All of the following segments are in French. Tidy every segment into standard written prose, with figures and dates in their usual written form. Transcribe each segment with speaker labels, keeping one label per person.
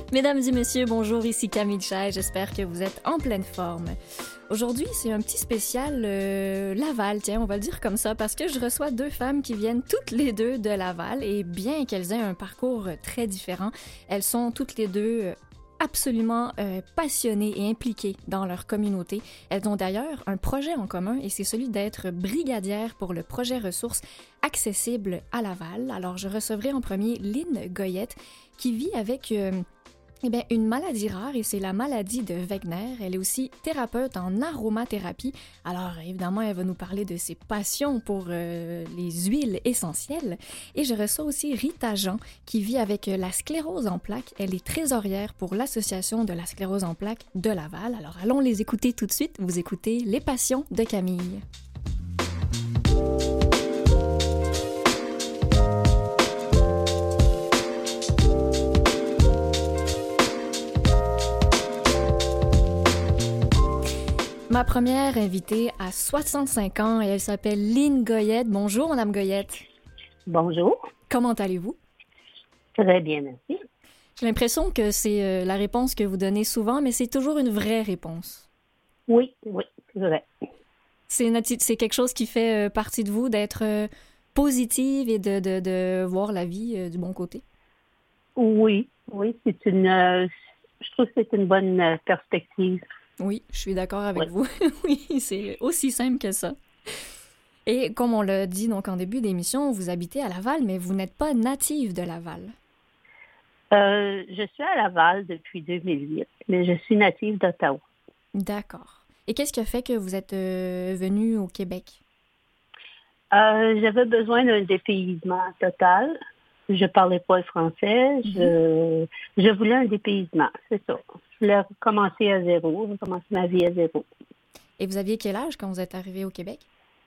Speaker 1: Mesdames et messieurs, bonjour, ici Camille Chaise, j'espère que vous êtes en pleine forme. Aujourd'hui, c'est un petit spécial Laval, tiens, on va le dire comme ça, parce que je reçois deux femmes qui viennent toutes les deux de Laval, et bien qu'elles aient un parcours très différent, elles sont toutes les deux absolument passionnées et impliquées dans leur communauté. Elles ont d'ailleurs un projet en commun, et c'est celui d'être brigadière pour le projet ressources accessibles à Laval. Alors, je recevrai en premier Lynn Goyette, qui vit avec... une maladie rare, et c'est la maladie de Wegener. Elle est aussi thérapeute en aromathérapie. Alors, évidemment, elle va nous parler de ses passions pour les huiles essentielles. Et je reçois aussi Rita Jean, qui vit avec la sclérose en plaques. Elle est trésorière pour l'Association de la sclérose en plaques de Laval. Alors, allons les écouter tout de suite. Vous écoutez Les passions de Camille. Ma première invitée a 65 ans et elle s'appelle Lynn Goyette. Bonjour, Madame Goyette.
Speaker 2: Bonjour.
Speaker 1: Comment allez-vous?
Speaker 2: Très bien, merci.
Speaker 1: J'ai l'impression que c'est la réponse que vous donnez souvent, mais c'est toujours une vraie réponse.
Speaker 2: Oui, c'est vrai.
Speaker 1: C'est quelque chose qui fait partie de vous, d'être positive et de voir la vie du bon côté?
Speaker 2: Oui, je trouve que c'est une bonne perspective.
Speaker 1: Oui, je suis d'accord avec
Speaker 2: Oui.
Speaker 1: vous. Oui, c'est aussi simple que ça. Et comme on l'a dit donc en début d'émission, vous habitez à Laval, mais vous n'êtes pas native de Laval.
Speaker 2: Je suis à Laval depuis 2008, mais je suis native d'Ottawa.
Speaker 1: D'accord. Et qu'est-ce qui a fait que vous êtes venue au Québec?
Speaker 2: J'avais besoin d'un dépaysement total. Je parlais pas le français. Je voulais un dépaysement, c'est ça. Je voulais recommencer à zéro, recommencer ma vie à zéro.
Speaker 1: Et vous aviez quel âge quand vous êtes arrivé au Québec?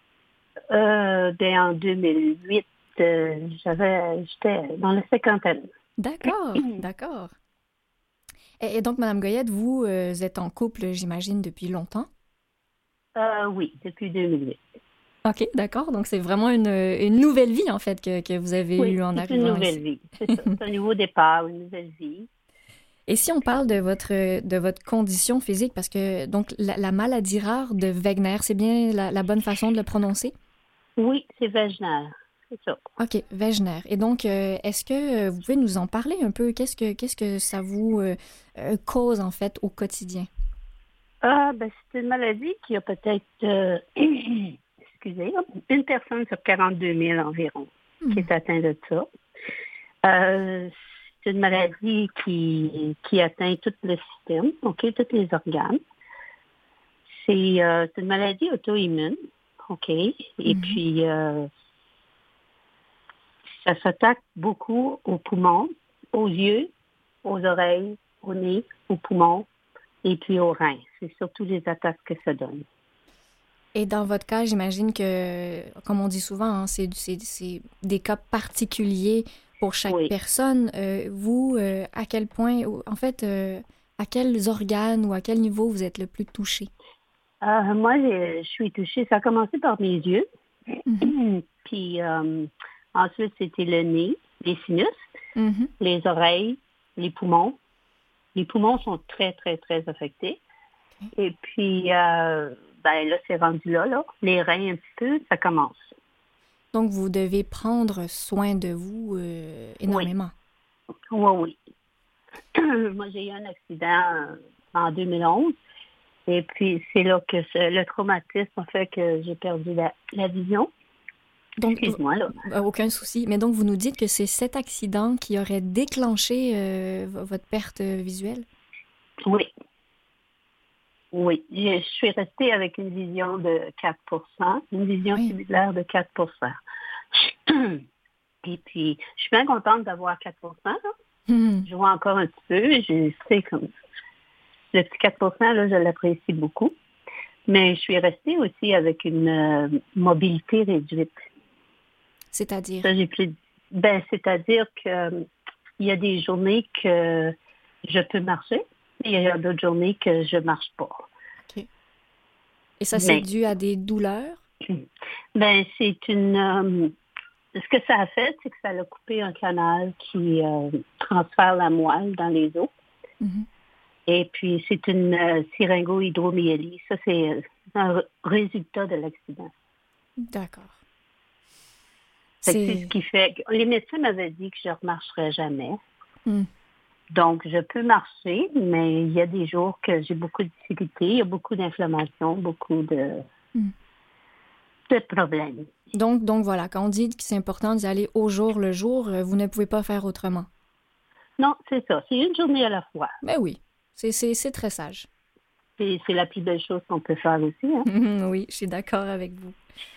Speaker 2: En 2008, j'étais dans la cinquantaine.
Speaker 1: D'accord, d'accord. Et donc, Madame Goyette, vous êtes en couple, j'imagine, depuis longtemps?
Speaker 2: Oui, depuis 2008.
Speaker 1: OK, d'accord. Donc, c'est vraiment une nouvelle vie, en fait, que vous avez
Speaker 2: Oui,
Speaker 1: eue en
Speaker 2: c'est une
Speaker 1: arrivant
Speaker 2: nouvelle
Speaker 1: ici.
Speaker 2: vie. C'est ça. C'est un nouveau départ, une nouvelle vie.
Speaker 1: Et si on parle de votre condition physique, parce que donc la maladie rare de Wegener, c'est bien la bonne façon de le prononcer?
Speaker 2: Oui, c'est vaginal. C'est ça.
Speaker 1: OK, Wegener. Et donc, est-ce que vous pouvez nous en parler un peu? Qu'est-ce que ça vous cause, en fait, au quotidien?
Speaker 2: C'est une maladie qui a peut-être, excusez, une personne sur 42 000 environ qui
Speaker 1: Hmm.
Speaker 2: est atteinte de ça. C'est une maladie qui atteint tout le système, OK, tous les organes. C'est une maladie auto-immune, OK, et
Speaker 1: Mhm.
Speaker 2: puis ça s'attaque beaucoup aux poumons, aux yeux, aux oreilles, au nez, aux poumons et puis aux reins. C'est surtout les attaques que ça donne.
Speaker 1: Et dans votre cas, j'imagine que, comme on dit souvent, hein, c'est des cas particuliers pour chaque
Speaker 2: Oui.
Speaker 1: personne. Vous, à quel point, en fait, à quels organes ou à quel niveau vous êtes le plus touché?
Speaker 2: Moi, je suis touchée. Ça a commencé par mes yeux.
Speaker 1: Mhm.
Speaker 2: Puis ensuite, c'était le nez, les sinus,
Speaker 1: Mhm.
Speaker 2: les oreilles, les poumons. Les poumons sont très, très, très affectés.
Speaker 1: OK.
Speaker 2: Et puis, là, c'est rendu là. Les reins, un petit peu, ça commence.
Speaker 1: Donc, vous devez prendre soin de vous
Speaker 2: Oui,
Speaker 1: énormément.
Speaker 2: oui, oui. Moi, j'ai eu un accident en 2011. Et puis, c'est là que le traumatisme a fait que j'ai perdu la vision.
Speaker 1: Donc,
Speaker 2: Excuse-moi, là.
Speaker 1: aucun souci. Mais donc, vous nous dites que c'est cet accident qui aurait déclenché votre perte visuelle?
Speaker 2: Oui, oui. Je suis restée avec une vision de 4%, une vision
Speaker 1: Oui.
Speaker 2: cellulaire de 4%. Et puis, je suis bien contente d'avoir 4%, là.
Speaker 1: Mhm.
Speaker 2: Je vois encore un petit peu. Je sais comme le petit 4%, là, je l'apprécie beaucoup. Mais je suis restée aussi avec une mobilité réduite.
Speaker 1: C'est-à-dire?
Speaker 2: Ça, c'est-à-dire que il y a des journées que je peux marcher, et il y a d'autres journées que je marche pas.
Speaker 1: OK. Et ça, c'est
Speaker 2: Mais,
Speaker 1: dû à des douleurs?
Speaker 2: c'est ce que ça a fait, c'est que ça a coupé un canal qui transfère la moelle dans les os.
Speaker 1: Mhm.
Speaker 2: Et puis, c'est une syringo-hydromyélie. Ça, c'est un résultat de l'accident.
Speaker 1: D'accord.
Speaker 2: Fait que c'est ce
Speaker 1: C'est...
Speaker 2: qui fait... Les médecins m'avaient dit que je ne remarcherais jamais.
Speaker 1: Hmm.
Speaker 2: Donc, je peux marcher, mais il y a des jours que j'ai beaucoup de difficultés, il y a beaucoup d'inflammation, beaucoup
Speaker 1: Hmm.
Speaker 2: de problèmes.
Speaker 1: Donc voilà, quand on dit que c'est important d'y aller au jour le jour, vous ne pouvez pas faire autrement.
Speaker 2: Non, c'est ça. C'est une journée à la fois.
Speaker 1: Ben oui, c'est très sage.
Speaker 2: C'est la plus belle chose qu'on peut faire aussi, hein?
Speaker 1: Oui, je suis d'accord avec vous.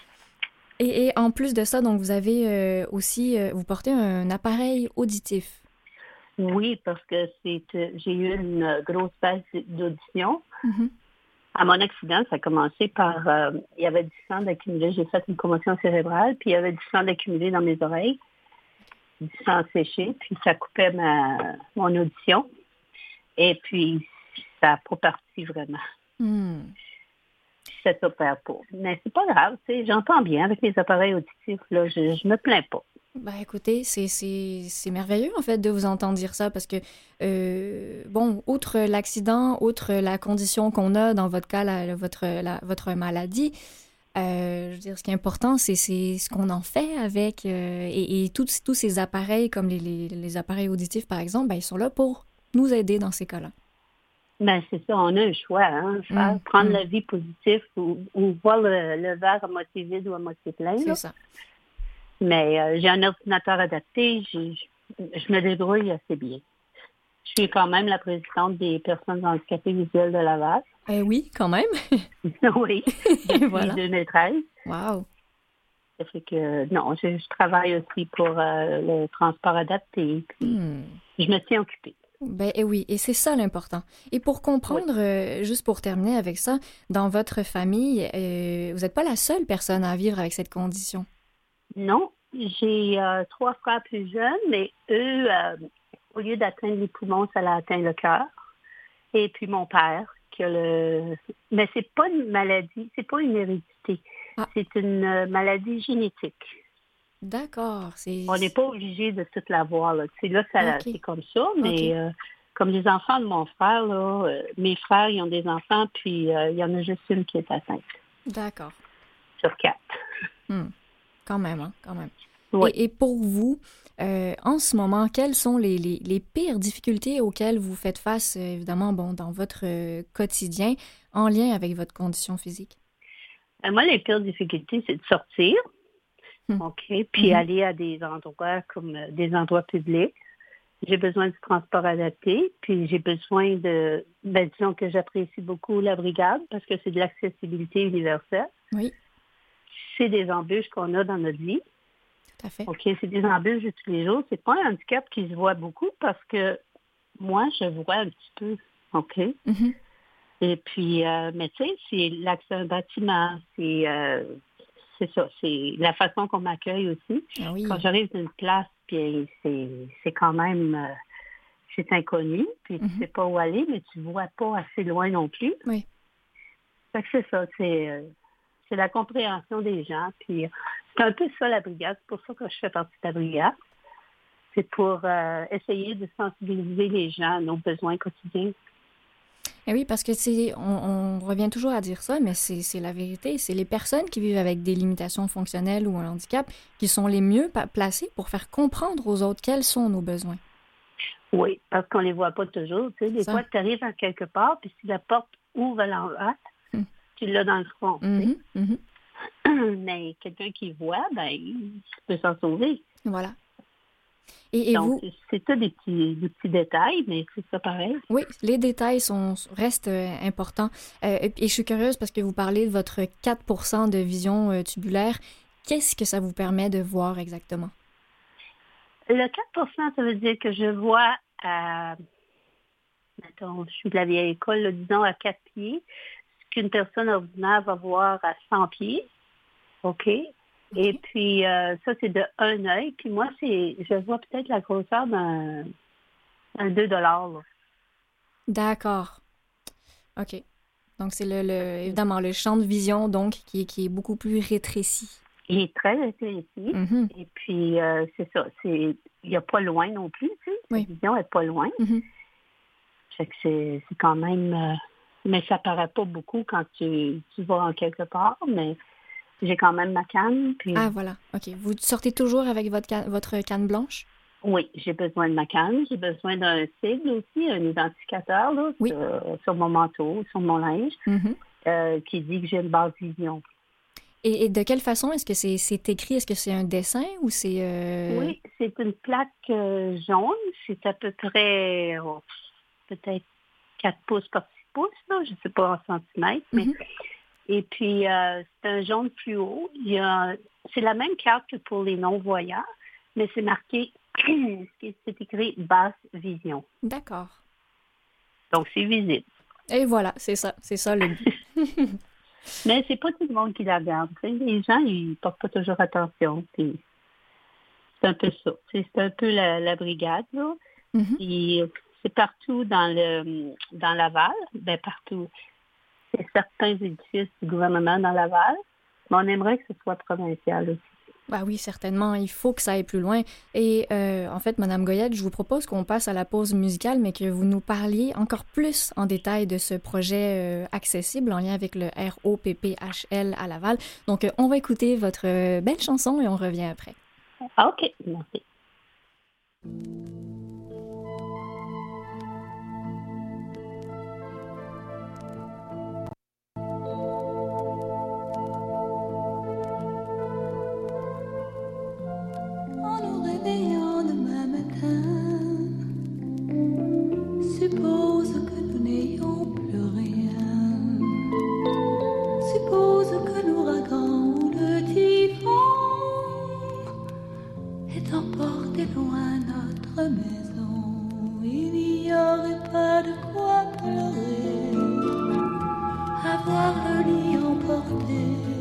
Speaker 1: Et en plus de ça, donc vous avez aussi, vous portez un appareil auditif.
Speaker 2: Oui, parce que j'ai eu une grosse baisse d'audition.
Speaker 1: Mhm.
Speaker 2: À mon accident, ça a commencé par, il y avait du sang d'accumuler. J'ai fait une commotion cérébrale, puis il y avait du sang d'accumuler dans mes oreilles, du sang séché, puis ça coupait mon audition. Et puis, ça n'a pas parti vraiment.
Speaker 1: Hmm.
Speaker 2: Ça s'opère pas. Mais c'est pas grave, tu sais, j'entends bien avec mes appareils auditifs, là, je me plains pas.
Speaker 1: Ben écoutez, c'est merveilleux en fait de vous entendre dire ça parce que, bon, outre l'accident, outre la condition qu'on a dans votre cas, votre maladie, je veux dire, ce qui est important, c'est ce qu'on en fait avec et tous ces appareils comme les appareils auditifs par exemple, ben, ils sont là pour nous aider dans ces cas-là.
Speaker 2: Ben, c'est ça, on a un choix, hein,
Speaker 1: Mm,
Speaker 2: prendre
Speaker 1: mm,
Speaker 2: la vie positive ou voir le verre à moitié vide ou à moitié plein,
Speaker 1: c'est
Speaker 2: là.
Speaker 1: ça.
Speaker 2: Mais j'ai un ordinateur adapté, je me débrouille assez bien. Je suis quand même la présidente des personnes handicapées visuelles de Laval.
Speaker 1: Oui, quand même.
Speaker 2: Oui, depuis
Speaker 1: Voilà.
Speaker 2: 2013.
Speaker 1: Wow.
Speaker 2: Ça fait que, non, je travaille aussi pour le transport adapté, puis
Speaker 1: Hmm.
Speaker 2: je me tiens occupée.
Speaker 1: Ben et oui, et c'est ça l'important. Et pour
Speaker 2: Oui.
Speaker 1: comprendre, juste pour terminer avec ça, dans votre famille, vous n'êtes pas la seule personne à vivre avec cette condition.
Speaker 2: Non, j'ai 3 frères plus jeunes, mais eux, au lieu d'atteindre les poumons, ça l'a atteint le cœur. Et puis mon père, qui a le... Mais c'est pas une maladie, c'est pas une hérédité.
Speaker 1: Ah,
Speaker 2: C'est une maladie génétique.
Speaker 1: d'accord,
Speaker 2: On n'est pas obligé de tout l'avoir, là. Tu sais, là,
Speaker 1: OK,
Speaker 2: c'est comme ça,
Speaker 1: OK,
Speaker 2: mais comme les enfants de mon frère, là, mes frères, ils ont des enfants, puis il y en a juste une qui est atteinte
Speaker 1: d'accord.
Speaker 2: sur 4.
Speaker 1: Hmm. Quand même, hein, quand même.
Speaker 2: Oui.
Speaker 1: Et pour vous, en ce moment, quelles sont les pires difficultés auxquelles vous faites face, évidemment, bon, dans votre quotidien, en lien avec votre condition physique?
Speaker 2: Moi, les pires difficultés, c'est de sortir,
Speaker 1: Hmm.
Speaker 2: OK, puis
Speaker 1: Mhm.
Speaker 2: aller à des endroits comme des endroits publics. J'ai besoin du transport adapté, puis j'ai besoin disons que j'apprécie beaucoup la brigade parce que c'est de l'accessibilité universelle.
Speaker 1: Oui,
Speaker 2: C'est des embûches qu'on a dans notre vie.
Speaker 1: tout à fait.
Speaker 2: OK, c'est des embûches de tous les jours. C'est pas un handicap qui se voit beaucoup parce que moi, je vois un petit peu. OK?
Speaker 1: Mhm.
Speaker 2: Et puis, mais tu sais, c'est l'accès à un bâtiment, c'est ça, c'est la façon qu'on m'accueille aussi.
Speaker 1: Ah
Speaker 2: Quand
Speaker 1: oui.
Speaker 2: j'arrive d'une place, puis c'est quand même, c'est inconnu, puis tu
Speaker 1: Mhm.
Speaker 2: sais pas où aller, mais tu vois pas assez loin non plus.
Speaker 1: Oui.
Speaker 2: Fait que c'est ça, c'est la compréhension des gens. Puis c'est un peu ça la brigade. C'est pour ça que je fais partie de la brigade. C'est pour essayer de sensibiliser les gens à nos besoins quotidiens.
Speaker 1: Et oui, parce que on revient toujours à dire ça, mais c'est la vérité. C'est les personnes qui vivent avec des limitations fonctionnelles ou un handicap qui sont les mieux placées pour faire comprendre aux autres quels sont nos besoins.
Speaker 2: Oui, parce qu'on les voit pas toujours. Tu sais, des
Speaker 1: Ça.
Speaker 2: fois, tu arrives à quelque part, puis si la porte ouvre à l'envers,
Speaker 1: Hmm.
Speaker 2: tu l'as dans le front. Tu
Speaker 1: Mhm, mhm.
Speaker 2: sais. Mais quelqu'un qui voit, ben, il peut s'en sauver.
Speaker 1: Voilà. Et
Speaker 2: Donc,
Speaker 1: vous,
Speaker 2: c'est ça des petits détails, mais c'est ça pareil.
Speaker 1: oui, les détails restent importants. Et je suis curieuse parce que vous parlez de votre 4% de vision tubulaire. Qu'est-ce que ça vous permet de voir exactement?
Speaker 2: Le 4%, ça veut dire que je vois à, mettons, je suis de la vieille école, là, disons à 4 pieds, ce qu'une personne ordinaire va voir à 100 pieds. OK? Et
Speaker 1: OK.
Speaker 2: puis, ça, c'est de un œil. Puis moi, je vois peut-être la grosseur d'un 2 $ là.
Speaker 1: D'accord. OK. Donc, c'est évidemment le champ de vision donc qui est beaucoup plus rétréci.
Speaker 2: Il est très intéressé.
Speaker 1: Mhm.
Speaker 2: Et puis, c'est ça. Il n'y a pas loin non plus, tu sais. Sa
Speaker 1: Oui.
Speaker 2: vision est pas loin.
Speaker 1: Mhm.
Speaker 2: Fait que c'est quand même... mais ça paraît pas beaucoup quand tu vas en quelque part, mais j'ai quand même ma canne. Puis...
Speaker 1: Ah, voilà. OK. Vous sortez toujours avec votre canne blanche?
Speaker 2: Oui, j'ai besoin de ma canne. J'ai besoin d'un sigle aussi, un identificateur là,
Speaker 1: Oui.
Speaker 2: sur mon manteau, sur mon linge,
Speaker 1: Mm-hmm.
Speaker 2: qui dit que j'ai une basse vision.
Speaker 1: Et de quelle façon? Est-ce que c'est écrit? Est-ce que c'est un dessin ou c'est...
Speaker 2: Oui, c'est une plaque jaune. C'est à peu près peut-être 4 pouces par 6 pouces, là, je ne sais pas en centimètres. Mais... Et puis, c'est un jaune fluo. C'est la même carte que pour les non-voyants, mais c'est marqué, c'est écrit « basse vision ».
Speaker 1: D'accord.
Speaker 2: Donc, c'est visible.
Speaker 1: Et voilà, c'est ça le but.
Speaker 2: Mais c'est pas tout le monde qui la regarde. Tu sais. Les gens, ils portent pas toujours attention. Puis c'est un peu ça. C'est un peu la brigade, là.
Speaker 1: Mm-hmm.
Speaker 2: Puis c'est partout dans Laval. Ben partout. C'est certains édifices du gouvernement dans Laval. Mais on aimerait que ce soit provincial aussi.
Speaker 1: Ah oui, certainement. Il faut que ça aille plus loin. Et en fait, Madame Goyette, je vous propose qu'on passe à la pause musicale, mais que vous nous parliez encore plus en détail de ce projet accessible en lien avec le ROPPHL à Laval. Donc, on va écouter votre belle chanson et on revient après.
Speaker 2: Ah, OK. Merci.
Speaker 3: Suppose que nous n'ayons plus rien. Suppose que l'ouragan ou le typhon ait emporté loin notre maison. Il n'y aurait pas de quoi pleurer, avoir le lit emporté.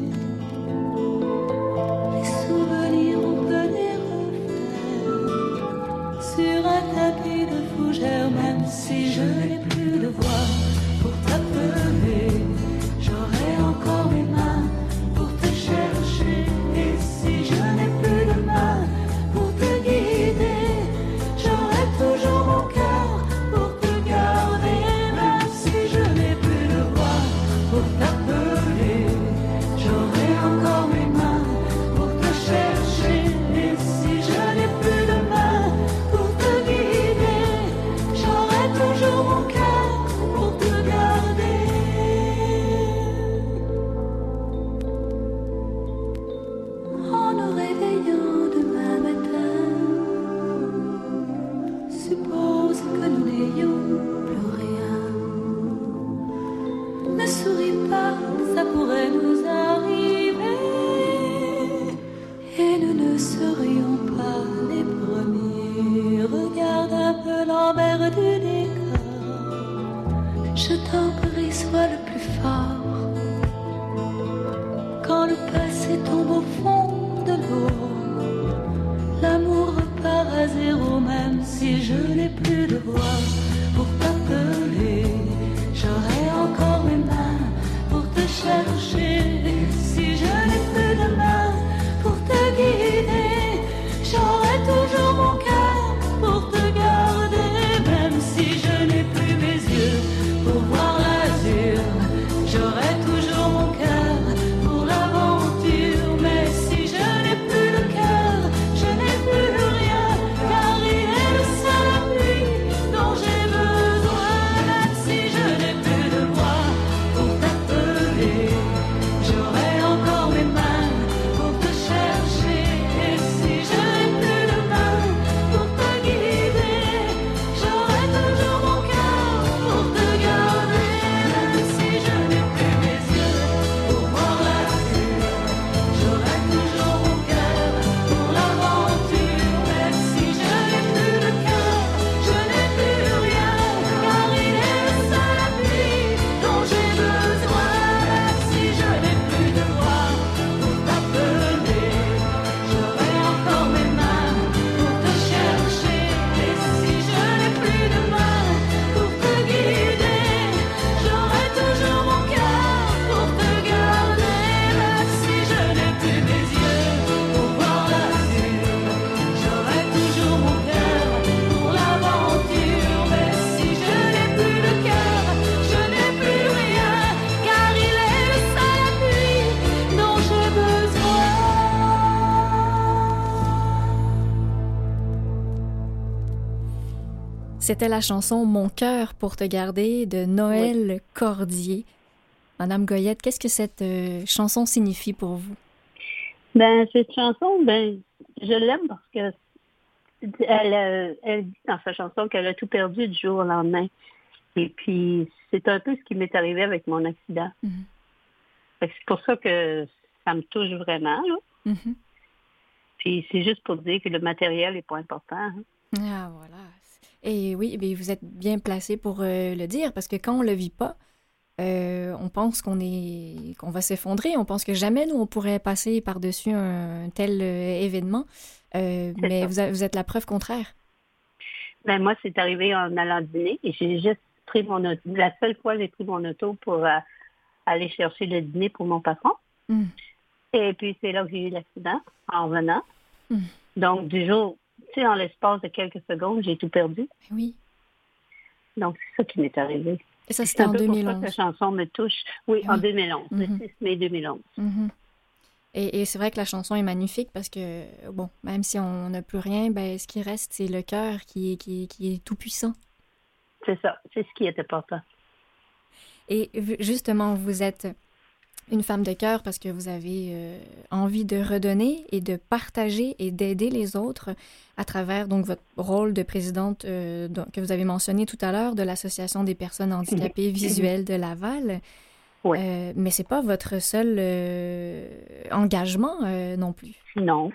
Speaker 3: Les souvenirs, on peut les refaire sur un tapis de fougères, même si je n'ai plus de voix pour t'appeler, j'aurai encore mes mains pour te chercher. Et si je n'ai plus de mains pour te guider, j'aurai toujours mon cœur pour te garder. Même si je n'ai plus de voix pour t'appeler, j'aurai encore mes mains pour te chercher. Et si je n'ai plus de mains pour te guider, j'aurai toujours mon cœur pour te garder. En nous réveillant demain matin, suppose que nous n'ayons plus rien. Ne souris pas, ça pourrait nous arriver, et nous ne serions pas les premiers. Regarde un peu l'envers du décor. Je t'en prie, sois le plus fort. Quand le passé tombe au fond de l'eau, l'amour repart à zéro. Même si je n'ai plus de voix pour t'appeler, j'aurai encore mes mains pour te chercher. Et si je n'ai plus de mains pour te guider, j'aurai toujours mon cœur pour te garder. Même si je n'ai plus mes yeux pour voir l'azur, j'aurai toujours mon cœur pour l'aventure. Mais si je n'ai plus le cœur, je n'ai plus rien, car il est le seul appui dont j'ai besoin.
Speaker 1: C'était la chanson Mon cœur pour te garder de Noël Cordier. Madame Goyette, qu'est-ce que cette chanson signifie pour vous?
Speaker 2: Ben, cette chanson, je l'aime parce que elle dit dans sa chanson qu'elle a tout perdu du jour au lendemain. Et puis, c'est un peu ce qui m'est arrivé avec mon accident.
Speaker 1: Mhm.
Speaker 2: Fait que c'est pour ça que ça me touche vraiment, là.
Speaker 1: Mhm.
Speaker 2: Puis c'est juste pour dire que le matériel n'est pas important, hein.
Speaker 1: Ah, voilà. Et oui, mais vous êtes bien placé pour le dire, parce que quand on le vit pas, on pense qu'on va s'effondrer. On pense que jamais nous on pourrait passer par-dessus un tel événement.
Speaker 2: C'est
Speaker 1: Mais
Speaker 2: ça.
Speaker 1: vous êtes la preuve contraire.
Speaker 2: Ben, moi, c'est arrivé en allant dîner et j'ai juste pris mon auto. La seule fois, j'ai pris mon auto pour aller chercher le dîner pour mon patron.
Speaker 1: Mm.
Speaker 2: Et puis, c'est là que j'ai eu l'accident en revenant.
Speaker 1: Mm.
Speaker 2: Donc, du jour, tu sais, en l'espace de quelques secondes, j'ai tout perdu.
Speaker 1: Ben oui.
Speaker 2: Donc, c'est ça qui m'est arrivé.
Speaker 1: Et ça,
Speaker 2: C'est
Speaker 1: c'était
Speaker 2: un
Speaker 1: en
Speaker 2: peu pour ça que la
Speaker 1: 2011.
Speaker 2: chanson me touche. Oui,
Speaker 1: Ben
Speaker 2: en
Speaker 1: oui.
Speaker 2: 2011, le
Speaker 1: Mhm.
Speaker 2: 6 mai 2011.
Speaker 1: Mhm. Et c'est vrai que la chanson est magnifique parce que, bon, même si on n'a plus rien, ben, ce qui reste, c'est le cœur qui est tout puissant.
Speaker 2: C'est ça, c'est ce qui est important.
Speaker 1: Et justement, vous êtes une femme de cœur parce que vous avez envie de redonner et de partager et d'aider les autres à travers donc votre rôle de présidente que vous avez mentionné tout à l'heure de l'Association des personnes handicapées visuelles de Laval.
Speaker 2: Oui.
Speaker 1: Mais c'est pas votre seul engagement non plus.
Speaker 2: Non.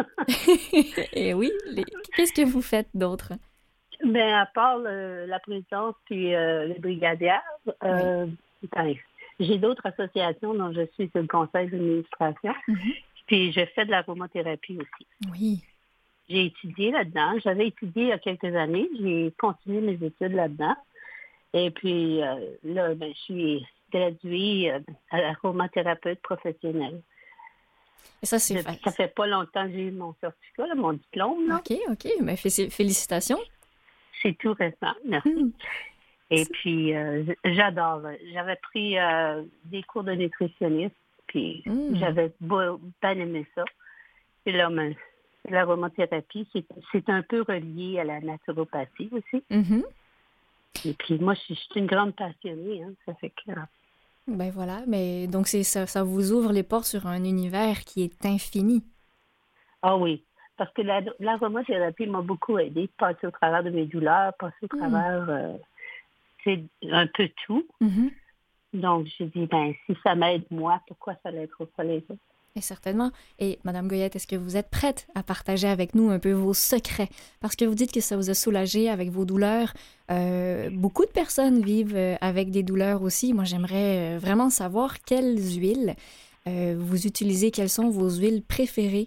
Speaker 1: Et oui, qu'est-ce que vous faites d'autre?
Speaker 2: Ben, à part la présidence puis les brigadières,
Speaker 1: Oui.
Speaker 2: ben, j'ai d'autres associations dont je suis sur le conseil d'administration.
Speaker 1: Mhm.
Speaker 2: Puis je fais de l'aromathérapie aussi.
Speaker 1: Oui.
Speaker 2: J'ai étudié là-dedans. J'avais étudié il y a quelques années. J'ai continué mes études là-dedans. Et puis là, ben, je suis graduée à l'aromathérapeute professionnelle.
Speaker 1: Et ça, c'est
Speaker 2: Ça fait pas longtemps que j'ai eu mon certificat, là, mon diplôme, là.
Speaker 1: OK, OK. Mais félicitations.
Speaker 2: C'est tout récent, merci.
Speaker 1: Hmm.
Speaker 2: Et puis, j'adore. J'avais pris des cours de nutritionniste, puis
Speaker 1: Hmm.
Speaker 2: j'avais bien aimé ça. Et là, l'aromathérapie, c'est un peu relié à la naturopathie aussi.
Speaker 1: Mhm.
Speaker 2: Et puis, moi, je suis une grande passionnée, hein, ça fait que...
Speaker 1: Ben voilà, mais donc c'est ça, ça vous ouvre les portes sur un univers qui est infini.
Speaker 2: Ah oui, parce que l'aromathérapie m'a beaucoup aidée, passer au travers de mes douleurs, passer au
Speaker 1: Hmm.
Speaker 2: travers, c'est un peu tout.
Speaker 1: Mhm.
Speaker 2: Donc, j'ai dit, ben, si ça m'aide moi, pourquoi ça l'aidera pas les autres?
Speaker 1: Et certainement. Et Madame Goyette, est-ce que vous êtes prête à partager avec nous un peu vos secrets? Parce que vous dites que ça vous a soulagé avec vos douleurs. Beaucoup de personnes vivent avec des douleurs aussi. Moi, j'aimerais vraiment savoir quelles huiles vous utilisez, quelles sont vos huiles préférées.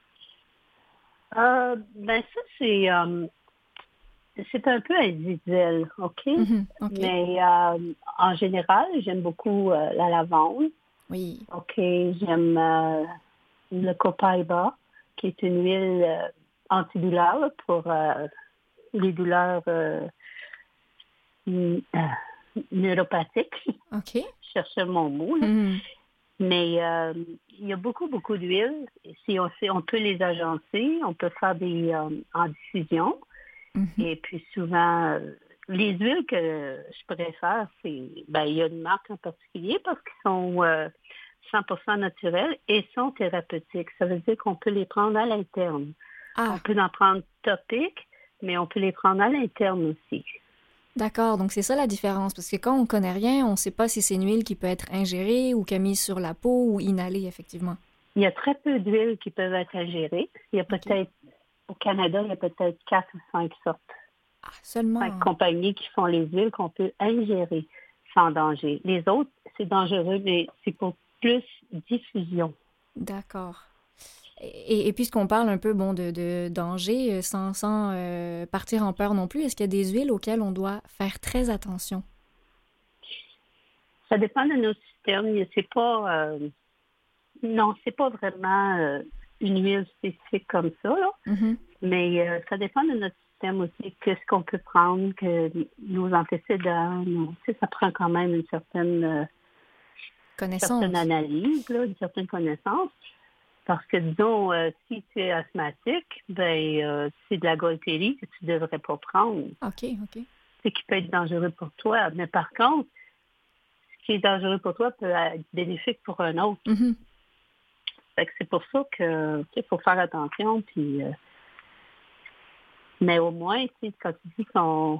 Speaker 2: Ben, ça, c'est un peu individuel, OK?
Speaker 1: Mhm. OK.
Speaker 2: Mais en général, j'aime beaucoup la lavande.
Speaker 1: Oui.
Speaker 2: OK, j'aime le copaiba, qui est une huile antidouleur là, pour les douleurs neuropathiques.
Speaker 1: OK.
Speaker 2: Je cherchais mon mot, là.
Speaker 1: Mhm.
Speaker 2: Mais il y a beaucoup, beaucoup d'huiles. Si on peut les agencer, on peut faire des en diffusion.
Speaker 1: Mhm.
Speaker 2: Et puis souvent, les huiles que je préfère, il y a une marque en particulier parce qu'ils sont 100% naturels et sont thérapeutiques. Ça veut dire qu'on peut les prendre à l'interne. On
Speaker 1: Ah,
Speaker 2: peut en prendre topique, mais on peut les prendre à l'interne aussi.
Speaker 1: d'accord. Donc, c'est ça la différence. Parce que quand on connaît rien, on ne sait pas si c'est une huile qui peut être ingérée ou qui est mise sur la peau ou inhalée, effectivement.
Speaker 2: Il y a très peu d'huiles qui peuvent être ingérées. Il y a
Speaker 1: OK.
Speaker 2: peut-être, au Canada, il y a peut-être 4 ou 5 sortes.
Speaker 1: Ah, seulement.
Speaker 2: 5 compagnies qui font les huiles qu'on peut ingérer sans danger. Les autres, c'est dangereux, mais c'est pour plus diffusion.
Speaker 1: D'accord. Et puisqu'on parle un peu bon, de danger, sans partir en peur non plus, est-ce qu'il y a des huiles auxquelles on doit faire très attention?
Speaker 2: Ça dépend de nos systèmes. C'est pas, non, c'est pas vraiment une huile spécifique comme ça, là.
Speaker 1: Mhm.
Speaker 2: Mais ça dépend de notre système aussi. Qu'est-ce qu'on peut prendre, que nos antécédents, tu sais, ça prend quand même une certaine
Speaker 1: Connaissance.
Speaker 2: analyse, là, une certaine connaissance. Parce que, disons, si tu es asthmatique, c'est de la Golterie que tu ne devrais pas prendre.
Speaker 1: OK.
Speaker 2: C'est qui peut être dangereux pour toi. Mais par contre, ce qui est dangereux pour toi peut être bénéfique pour un autre.
Speaker 1: Mhm.
Speaker 2: Fait que c'est pour ça que il faut faire attention. Puis, mais au moins, quand tu dis on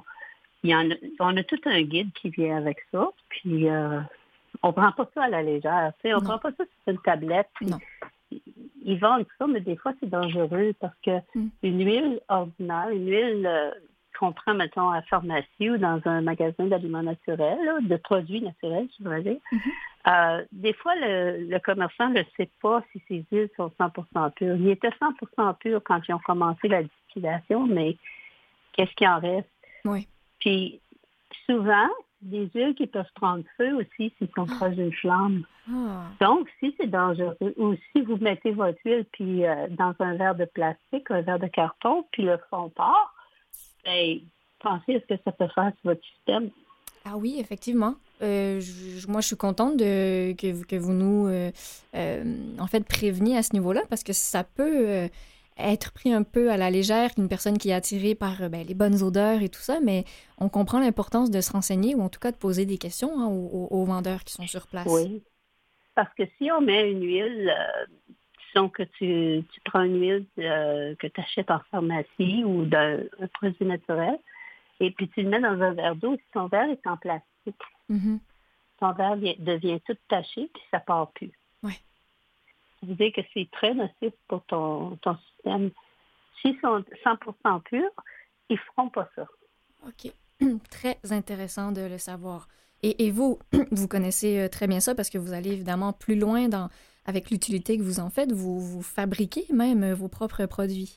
Speaker 2: a tout un guide qui vient avec ça. Puis on prend pas ça à la légère. On prend pas ça sur une tablette.
Speaker 1: Non.
Speaker 2: Ils vendent ça, mais des fois, c'est dangereux parce que une huile ordinaire, une huile qu'on prend, mettons, à la pharmacie ou dans un magasin d'aliments naturels, là, de produits naturels, je voudrais dire, des fois, le commerçant ne sait pas si ces huiles sont 100% pures. Ils étaient 100% purs quand ils ont commencé la distillation, mais qu'est-ce qu'il en reste?
Speaker 1: Oui.
Speaker 2: Puis, souvent, des huiles qui peuvent prendre feu aussi s'ils sont proches d'une flamme.
Speaker 1: Ah.
Speaker 2: Donc, si c'est dangereux, ou si vous mettez votre huile puis dans un verre de plastique, un verre de carton, puis le fond part, pensez à ce que ça peut faire sur votre système.
Speaker 1: Ah oui, effectivement. Moi, je suis contente que vous nous, en fait, préveniez à ce niveau-là, parce que ça peut être pris un peu à la légère qu'une personne qui est attirée par les bonnes odeurs et tout ça, mais on comprend l'importance de se renseigner ou en tout cas de poser des questions aux vendeurs qui sont sur place.
Speaker 2: Oui, parce que si on met une huile, disons que tu prends une huile que tu achètes en pharmacie ou d'un produit naturel, et puis tu le mets dans un verre d'eau, si ton verre est en plastique, ton verre devient tout taché, puis ça part plus.
Speaker 1: Ouais.
Speaker 2: Ça veut dire que c'est très nocif pour ton système. S'ils sont 100% purs, ils feront pas ça.
Speaker 1: OK. Très intéressant de le savoir. Et vous, vous connaissez très bien ça parce que vous allez évidemment plus loin avec l'utilité que vous en faites. Vous fabriquez même vos propres produits.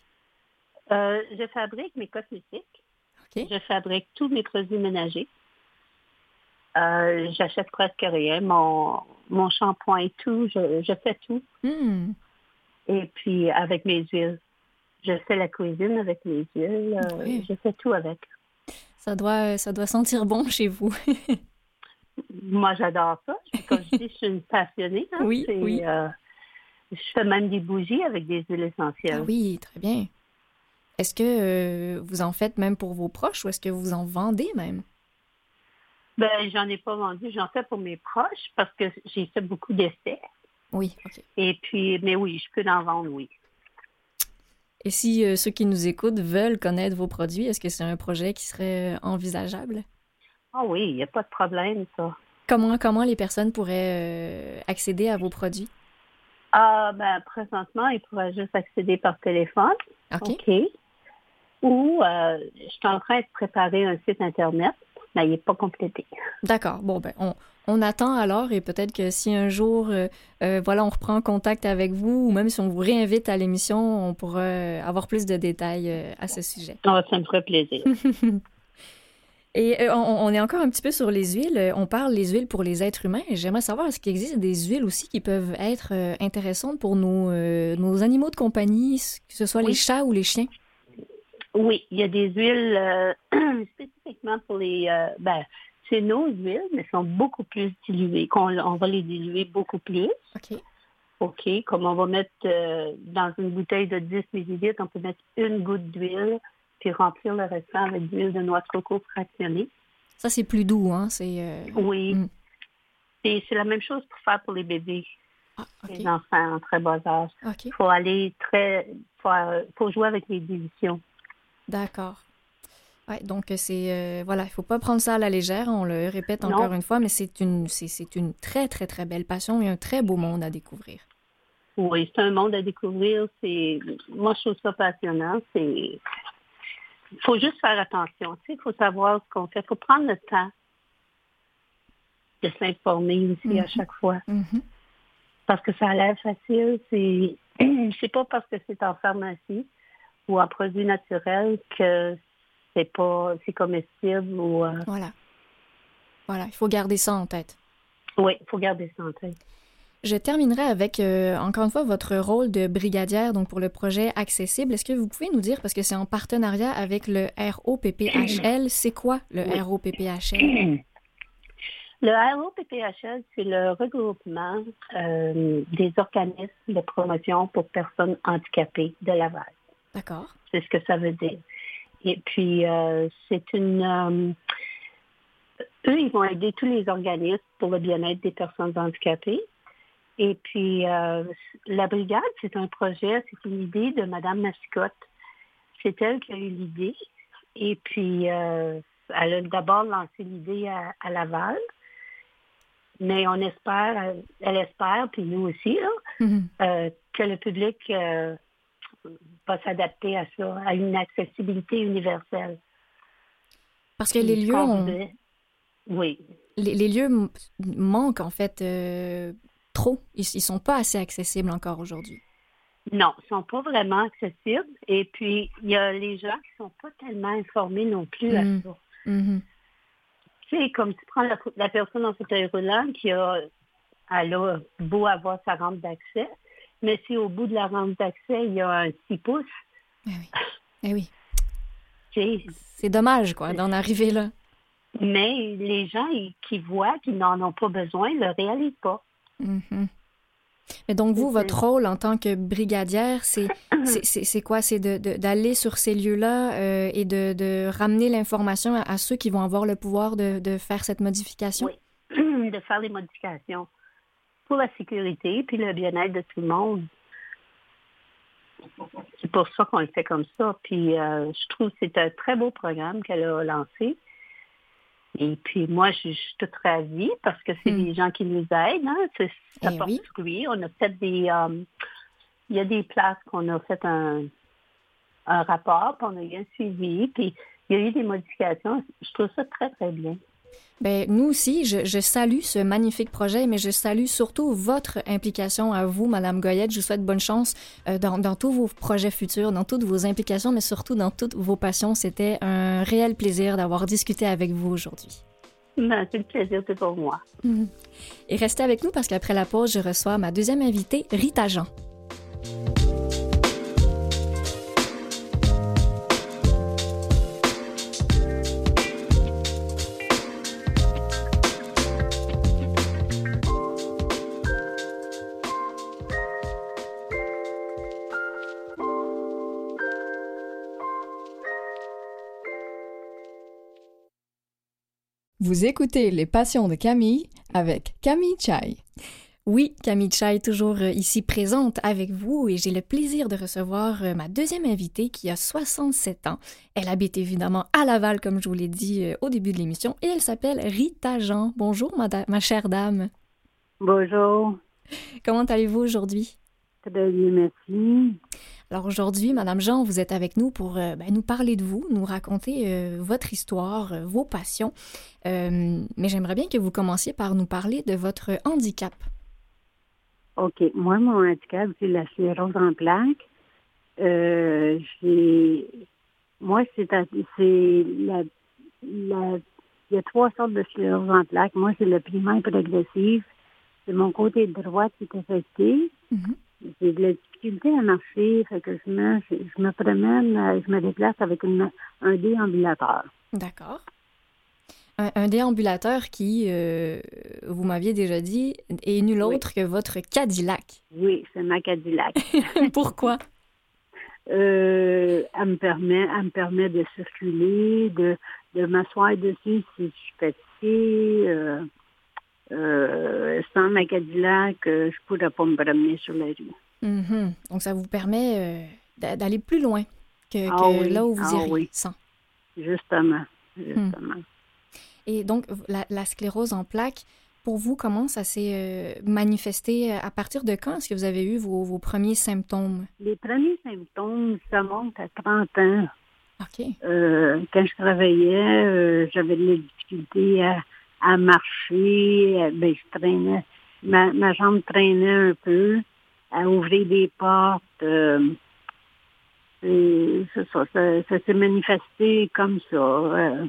Speaker 2: Je fabrique mes cosmétiques.
Speaker 1: OK.
Speaker 2: Je fabrique tous mes produits ménagers. J'achète presque rien. Mon shampoing et tout, je fais tout. Et puis, avec mes huiles. Je fais la cuisine avec mes huiles.
Speaker 1: Oui.
Speaker 2: Je fais tout avec.
Speaker 1: Ça doit sentir bon chez vous.
Speaker 2: Moi, j'adore ça. Comme je dis, je suis une passionnée. Hein?
Speaker 1: Oui.
Speaker 2: Je fais même des bougies avec des huiles essentielles.
Speaker 1: Ah oui, très bien. Est-ce que vous en faites même pour vos proches ou est-ce que vous en vendez même?
Speaker 2: J'en ai pas vendu. J'en fais pour mes proches parce que j'ai fait beaucoup d'essais.
Speaker 1: Oui, OK.
Speaker 2: Et puis, mais oui, je peux en vendre, oui.
Speaker 1: Et si ceux qui nous écoutent veulent connaître vos produits, est-ce que c'est un projet qui serait envisageable?
Speaker 2: Ah oui, il n'y a pas de problème, ça.
Speaker 1: Comment les personnes pourraient accéder à vos produits?
Speaker 2: Présentement, ils pourraient juste accéder par téléphone.
Speaker 1: OK.
Speaker 2: Ou je suis en train de préparer un site Internet, mais il n'est pas complété.
Speaker 1: D'accord. Bon, on attend alors et peut-être que si un jour, on reprend contact avec vous ou même si on vous réinvite à l'émission, on pourra avoir plus de détails à ce sujet.
Speaker 2: Ça me ferait plaisir.
Speaker 1: Et on est encore un petit peu sur les huiles. On parle des huiles pour les êtres humains. J'aimerais savoir, est-ce qu'il existe des huiles aussi qui peuvent être intéressantes pour nos animaux de compagnie, que ce soit les chats ou les chiens?
Speaker 2: Oui, il y a des huiles spécifiquement pour les... c'est nos huiles, mais sont beaucoup plus diluées. On va les diluer beaucoup plus. OK. Comme on va mettre dans une bouteille de 10 millilitres, on peut mettre une goutte d'huile puis remplir le restant avec de l'huile de noix de coco fractionnée. Ça,
Speaker 1: c'est plus doux, hein?
Speaker 2: Oui. Et c'est la même chose pour faire pour les bébés. Les enfants en très bas âge. Il faut aller faut jouer avec les dilutions.
Speaker 1: D'accord. Ouais, donc c'est... il faut pas prendre ça à la légère, on le répète encore une fois, mais c'est une très, très, très belle passion et un très beau monde à découvrir.
Speaker 2: Oui, c'est un monde à découvrir. Moi, je trouve ça passionnant. Il faut juste faire attention. Il faut savoir ce qu'on fait. Il faut prendre le temps de s'informer aussi à chaque fois. Parce que ça a l'air facile. C'est pas parce que c'est en pharmacie ou en produit naturel que c'est comestible ou...
Speaker 1: Voilà, il faut garder ça en tête.
Speaker 2: Oui, il faut garder ça en tête.
Speaker 1: Je terminerai avec, encore une fois, votre rôle de brigadière donc pour le projet Accessible. Est-ce que vous pouvez nous dire, parce que c'est en partenariat avec le ROPPHL, c'est quoi le ROPPHL?
Speaker 2: Le ROPPHL, c'est le regroupement des organismes de promotion pour personnes handicapées de Laval.
Speaker 1: D'accord.
Speaker 2: C'est ce que ça veut dire. Et puis, c'est une... eux, ils vont aider tous les organismes pour le bien-être des personnes handicapées. Et puis, la brigade, c'est un projet, c'est une idée de Mme Mascotte. C'est elle qui a eu l'idée. Et puis, elle a d'abord lancé l'idée à Laval. Mais on espère, elle espère, puis nous aussi, là, que le public va s'adapter à ça, à une accessibilité universelle.
Speaker 1: Parce que les lieux
Speaker 2: Oui.
Speaker 1: Les lieux manquent, en fait, trop. Ils sont pas assez accessibles encore aujourd'hui.
Speaker 2: Non, ils sont pas vraiment accessibles. Et puis, il y a les gens qui sont pas tellement informés non plus à ça.
Speaker 1: Mm-hmm.
Speaker 2: Tu sais, comme tu prends la personne en fauteuil roulant elle a beau avoir sa rampe d'accès, mais si au bout de la rampe d'accès, il y a un 6 pouces.
Speaker 1: Eh oui.
Speaker 2: Tu sais,
Speaker 1: c'est dommage, quoi, d'en arriver là.
Speaker 2: Mais les gens qui voient, qui n'en ont pas besoin, ne le réalisent pas.
Speaker 1: Mm-hmm. Mais donc, vous, votre rôle en tant que brigadière, c'est quoi? C'est d'aller sur ces lieux-là et de ramener l'information à ceux qui vont avoir le pouvoir de faire cette modification?
Speaker 2: Oui, de faire les modifications pour la sécurité puis le bien-être de tout le monde. C'est pour ça qu'on le fait comme ça. Puis je trouve que c'est un très beau programme qu'elle a lancé. Et puis moi, je suis toute ravie parce que c'est des gens qui nous aident. Hein? Ça porte fruit. On a fait il y a des places qu'on a fait un rapport, puis on a eu un suivi, puis il y a eu des modifications. Je trouve ça très, très bien.
Speaker 1: Bien, nous aussi, je salue ce magnifique projet, mais je salue surtout votre implication à vous, Madame Goyette. Je vous souhaite bonne chance dans tous vos projets futurs, dans toutes vos implications, mais surtout dans toutes vos passions. C'était un réel plaisir d'avoir discuté avec vous aujourd'hui.
Speaker 2: Ben, c'est le plaisir, c'est pour moi.
Speaker 1: Et restez avec nous parce qu'après la pause, je reçois ma deuxième invitée, Rita Jean.
Speaker 4: Vous écoutez Les Passions de Camille avec Camille Chai.
Speaker 1: Oui, Camille Chai, toujours ici présente avec vous et j'ai le plaisir de recevoir ma deuxième invitée qui a 67 ans. Elle habite évidemment à Laval, comme je vous l'ai dit au début de l'émission, et elle s'appelle Rita Jean. Bonjour, ma chère dame.
Speaker 2: Bonjour.
Speaker 1: Comment allez-vous aujourd'hui?
Speaker 2: Très bien, merci.
Speaker 1: Alors aujourd'hui, Madame Jean, vous êtes avec nous pour nous parler de vous, nous raconter votre histoire, vos passions. Mais j'aimerais bien que vous commenciez par nous parler de votre handicap.
Speaker 5: OK. Moi, mon handicap, c'est la sclérose en plaques. Moi, il y a 3 sortes de sclérose en plaques. Moi, c'est le primaire progressif. C'est mon côté droit qui est affecté. Mm-hmm. J'ai de la difficulté à marcher, fait que je me promène, je me déplace avec un déambulateur.
Speaker 1: D'accord. Un déambulateur qui, vous m'aviez déjà dit, est nul autre que votre Cadillac.
Speaker 5: Oui, c'est ma Cadillac.
Speaker 1: Pourquoi?
Speaker 5: Elle me permet de circuler, de m'asseoir dessus si je suis fatiguée. Sans ma Cadillac, je ne pourrais pas me promener sur la rue.
Speaker 1: Mm-hmm. Donc, ça vous permet d'aller plus loin que
Speaker 5: oui.
Speaker 1: là où vous iriez
Speaker 5: oui.
Speaker 1: sans.
Speaker 5: Justement.
Speaker 1: Et donc, la sclérose en plaques, pour vous, comment ça s'est manifesté? À partir de quand est-ce que vous avez eu vos premiers symptômes?
Speaker 5: Les premiers symptômes, ça monte à 30 ans.
Speaker 1: OK.
Speaker 5: Quand je travaillais, j'avais de la difficulté à marcher. Je traînais. Ma jambe traînait un peu, à ouvrir des portes. C'est ça s'est manifesté comme ça.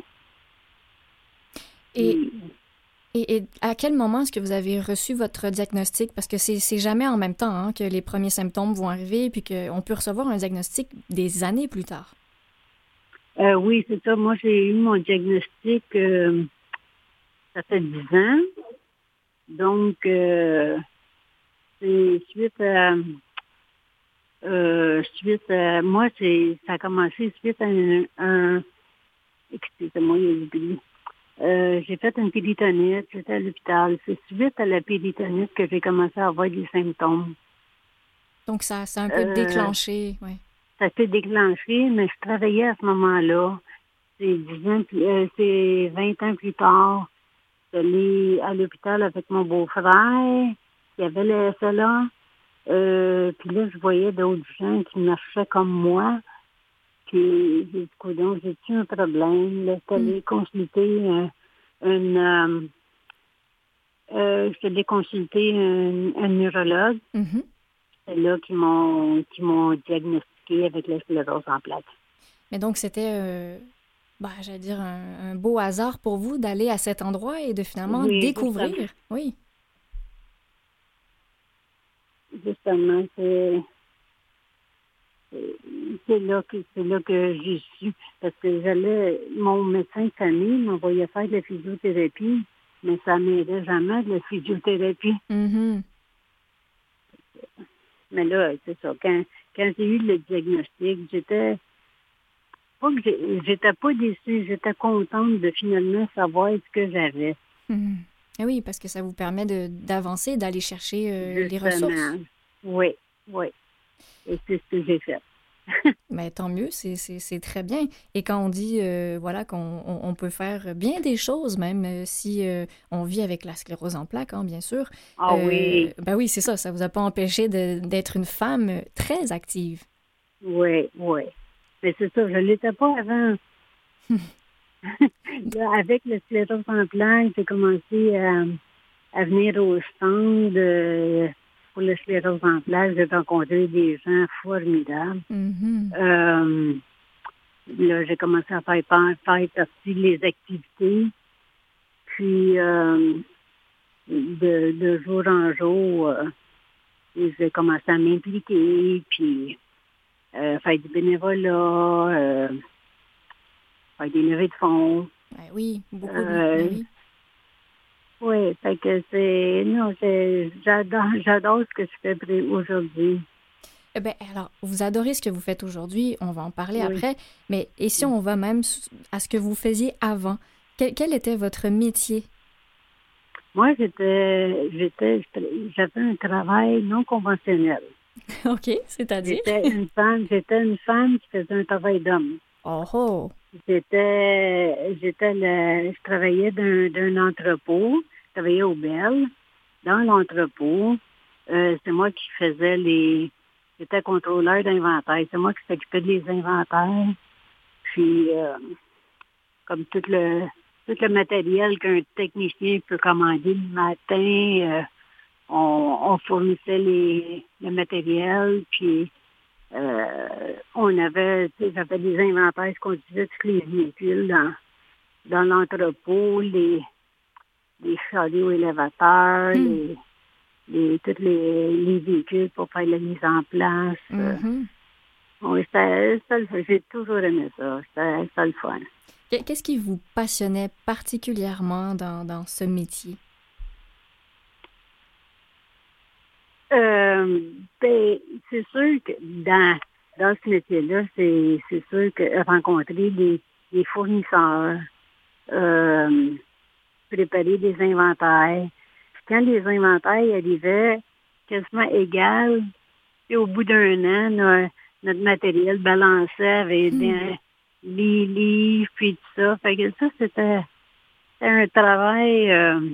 Speaker 1: Et à quel moment est-ce que vous avez reçu votre diagnostic? Parce que c'est jamais en même temps que les premiers symptômes vont arriver puis qu'on peut recevoir un diagnostic des années plus tard.
Speaker 5: Oui, c'est ça. Moi, j'ai eu mon diagnostic, ça ça fait 10 ans. Donc, c'est moi, ça a commencé suite à excusez-moi, il y a l'oubli. J'ai fait une péritonite, j'étais à l'hôpital. C'est suite à la péritonite que j'ai commencé à avoir des symptômes.
Speaker 1: Donc, ça a un peu déclenché, oui.
Speaker 5: Ça s'est déclenché, mais je travaillais à ce moment-là. C'est 20 ans plus tard. J'allais à l'hôpital avec mon beau-frère, qui avait le SLA. Puis là, je voyais d'autres gens qui marchaient comme moi. Puis j'ai dit, coudonc, j'ai-tu un problème? Là, j'étais allée consulter je suis allée consulter un neurologue.
Speaker 1: Mhm.
Speaker 5: C'est là qu'ils m'ont diagnostiqué avec la sclérose en plaques.
Speaker 1: Mais donc, c'était, j'allais dire, un beau hasard pour vous d'aller à cet endroit et de finalement découvrir.
Speaker 5: Justement.
Speaker 1: Oui.
Speaker 5: Justement, c'est là que j'ai su. Parce que mon médecin de famille m'envoyait faire de la physiothérapie, mais ça m'aidait jamais de la physiothérapie.
Speaker 1: Mhm.
Speaker 5: Mais là, c'est ça. Quand j'ai eu le diagnostic, j'étais pas déçue, j'étais contente de finalement savoir ce que j'avais.
Speaker 1: Mhm. Eh oui, parce que ça vous permet d'avancer, d'aller chercher les ressources.
Speaker 5: Oui. Et c'est ce que j'ai fait.
Speaker 1: Mais tant mieux, c'est très bien. Et quand on dit qu'on peut faire bien des choses, même si on vit avec la sclérose en plaques, hein, bien sûr.
Speaker 5: Ah oui.
Speaker 1: Ben oui, c'est ça. Ça vous a pas empêché d'être une femme très active.
Speaker 5: Oui. Mais c'est ça, je ne l'étais pas avant. Là, avec la sclérose en plaques, j'ai commencé à venir au stand pour la sclérose en plaques. J'ai rencontré des gens formidables.
Speaker 1: Mm-hmm.
Speaker 5: Là, j'ai commencé à faire partie des activités. Puis, de jour en jour, j'ai commencé à m'impliquer, puis faire du bénévolat, faire des levées de fonds.
Speaker 1: Oui, beaucoup. Oui.
Speaker 5: Oui, fait que j'adore ce que je fais aujourd'hui.
Speaker 1: Alors, vous adorez ce que vous faites aujourd'hui, on va en parler après, mais et si on va même à ce que vous faisiez avant, quel était votre métier?
Speaker 5: Moi, j'avais un travail non conventionnel.
Speaker 1: OK, c'est-à-dire?
Speaker 5: J'étais une femme qui faisait un travail d'homme.
Speaker 1: Oh!
Speaker 5: Je travaillais d'un entrepôt, je travaillais au Bell. Dans l'entrepôt, c'est moi qui faisais j'étais contrôleur d'inventaire. C'est moi qui s'occupais des inventaires. Puis, comme tout le matériel qu'un technicien peut commander le matin, on fournissait le matériel. Puis, j'avais des inventaires, je conduisais tous les véhicules dans l'entrepôt, les chariots élévateurs, tous les véhicules pour faire la mise en place.
Speaker 1: Mm-hmm.
Speaker 5: Oui, j'ai toujours aimé ça. C'était le fun.
Speaker 1: Qu'est-ce qui vous passionnait particulièrement dans ce métier?
Speaker 5: C'est sûr que dans ce métier-là, c'est sûr que rencontrer des fournisseurs, préparer des inventaires. Quand les inventaires arrivaient quasiment égal, et au bout d'un an, notre matériel balançait avec les livres puis tout ça. Fait que ça, c'était un travail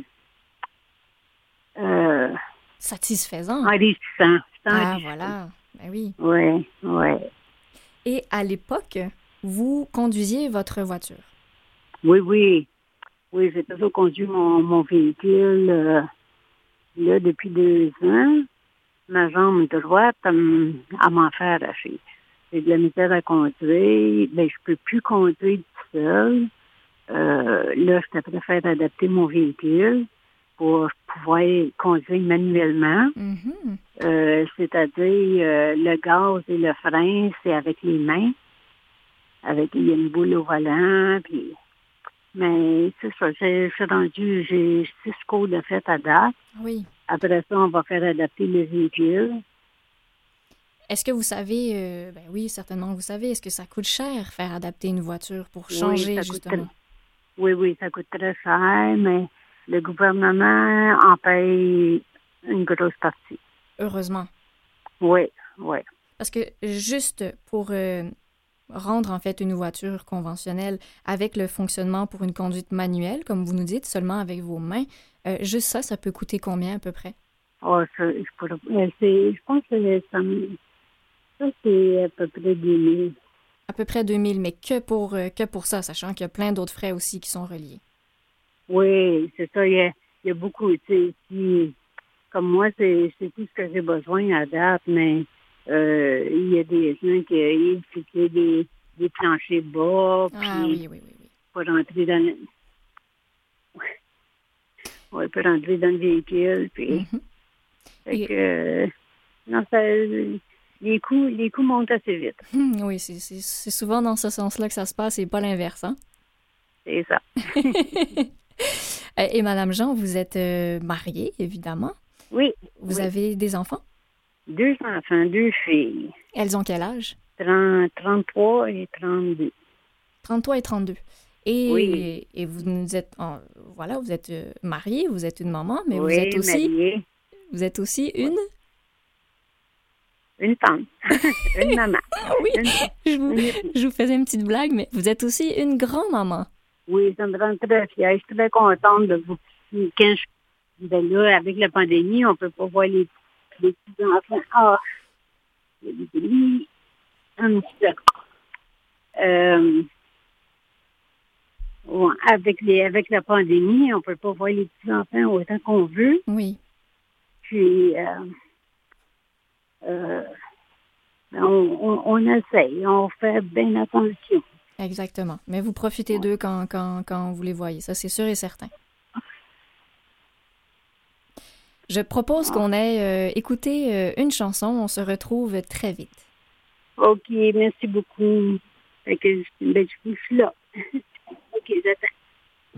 Speaker 1: satisfaisant.
Speaker 5: Enrichissant.
Speaker 1: Voilà. Ben oui.
Speaker 5: Oui.
Speaker 1: Et à l'époque, vous conduisiez votre voiture?
Speaker 5: Oui. Oui, j'ai toujours conduit mon véhicule là depuis 2 ans. Ma jambe droite, elle m'en fait arracher. J'ai de la misère à conduire. Je peux plus conduire tout seul. Là, je préfère adapter mon véhicule pour pouvoir conduire manuellement.
Speaker 1: Mm-hmm.
Speaker 5: C'est-à-dire le gaz et le frein, c'est avec les mains. Il y a une boule au volant, puis Mais c'est ça, j'ai rendu, j'ai 6 cours de fête à date.
Speaker 1: Oui.
Speaker 5: Après ça, on va faire adapter le véhicule.
Speaker 1: Est-ce que vous savez, ben oui, certainement vous savez, est-ce que ça coûte cher faire adapter une voiture pour
Speaker 5: Oui,
Speaker 1: changer,
Speaker 5: ça coûte
Speaker 1: justement?
Speaker 5: oui, ça coûte très cher, mais le gouvernement en paye une grosse partie.
Speaker 1: Heureusement.
Speaker 5: Oui, oui.
Speaker 1: Parce que juste pour rendre en fait une voiture conventionnelle avec le fonctionnement pour une conduite manuelle, comme vous nous dites, seulement avec vos mains, juste ça, ça peut coûter combien à peu près?
Speaker 5: Oh, ça, je pense que ça, c'est à peu près 2000.
Speaker 1: À peu près 2000, mais que pour ça, sachant qu'il y a plein d'autres frais aussi qui sont reliés.
Speaker 5: Oui, c'est ça. Il y a beaucoup. Tu sais, comme moi, c'est tout ce que j'ai besoin à date, mais il y a des gens qui fixent des planchers bas,
Speaker 1: Ah
Speaker 5: puis
Speaker 1: oui, oui, oui, oui.
Speaker 5: pour rentrer dans le, ouais, pour rentrer dans le véhicule, puis
Speaker 1: Mhm.
Speaker 5: fait
Speaker 1: Et,
Speaker 5: que non, les coûts montent assez vite.
Speaker 1: oui, c'est souvent dans ce sens-là que ça se passe et pas l'inverse, hein?
Speaker 5: C'est ça.
Speaker 1: Et Madame Jean, vous êtes mariée, évidemment.
Speaker 5: Oui.
Speaker 1: Vous
Speaker 5: Oui.
Speaker 1: avez des enfants?
Speaker 5: 2 enfants, 2 filles.
Speaker 1: Elles ont quel âge?
Speaker 5: 33 et 32.
Speaker 1: 33 et 32.
Speaker 5: Oui.
Speaker 1: Et vous nous êtes, voilà, vous êtes mariée, vous êtes une maman, mais
Speaker 5: Oui, mariée.
Speaker 1: vous êtes aussi
Speaker 5: Oui.
Speaker 1: une...
Speaker 5: Une femme. Une maman.
Speaker 1: Oui,
Speaker 5: Une,
Speaker 1: je vous faisais une petite blague, mais vous êtes aussi une grand-maman.
Speaker 5: oui, ça me rend très fière. Je suis très contente de vous. Quand ben là, avec la pandémie, on peut pas voir les petits-enfants. Ah, il y a des lits. Un petit peu. Ouais, avec la pandémie, on peut pas voir les petits-enfants autant qu'on veut.
Speaker 1: Oui.
Speaker 5: Puis, on essaye, on fait bien attention.
Speaker 1: Exactement. Mais vous profitez d'eux quand vous les voyez. Ça, c'est sûr et certain. Je propose qu'on ait écouté une chanson. On se retrouve très vite.
Speaker 5: OK, merci beaucoup. Fait que, ben, je suis là. OK, j'attends.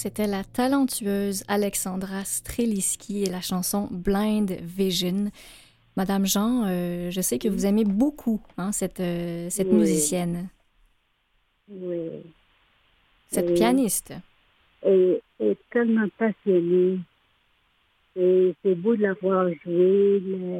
Speaker 1: C'était la talentueuse Alexandra Streliski et la chanson Blind Vision. Madame Jean, je sais que vous aimez beaucoup cette
Speaker 5: Oui.
Speaker 1: musicienne,
Speaker 5: Oui.
Speaker 1: cette
Speaker 5: Et-
Speaker 1: pianiste.
Speaker 5: Et tellement passionnée. C'est beau de la voir jouer.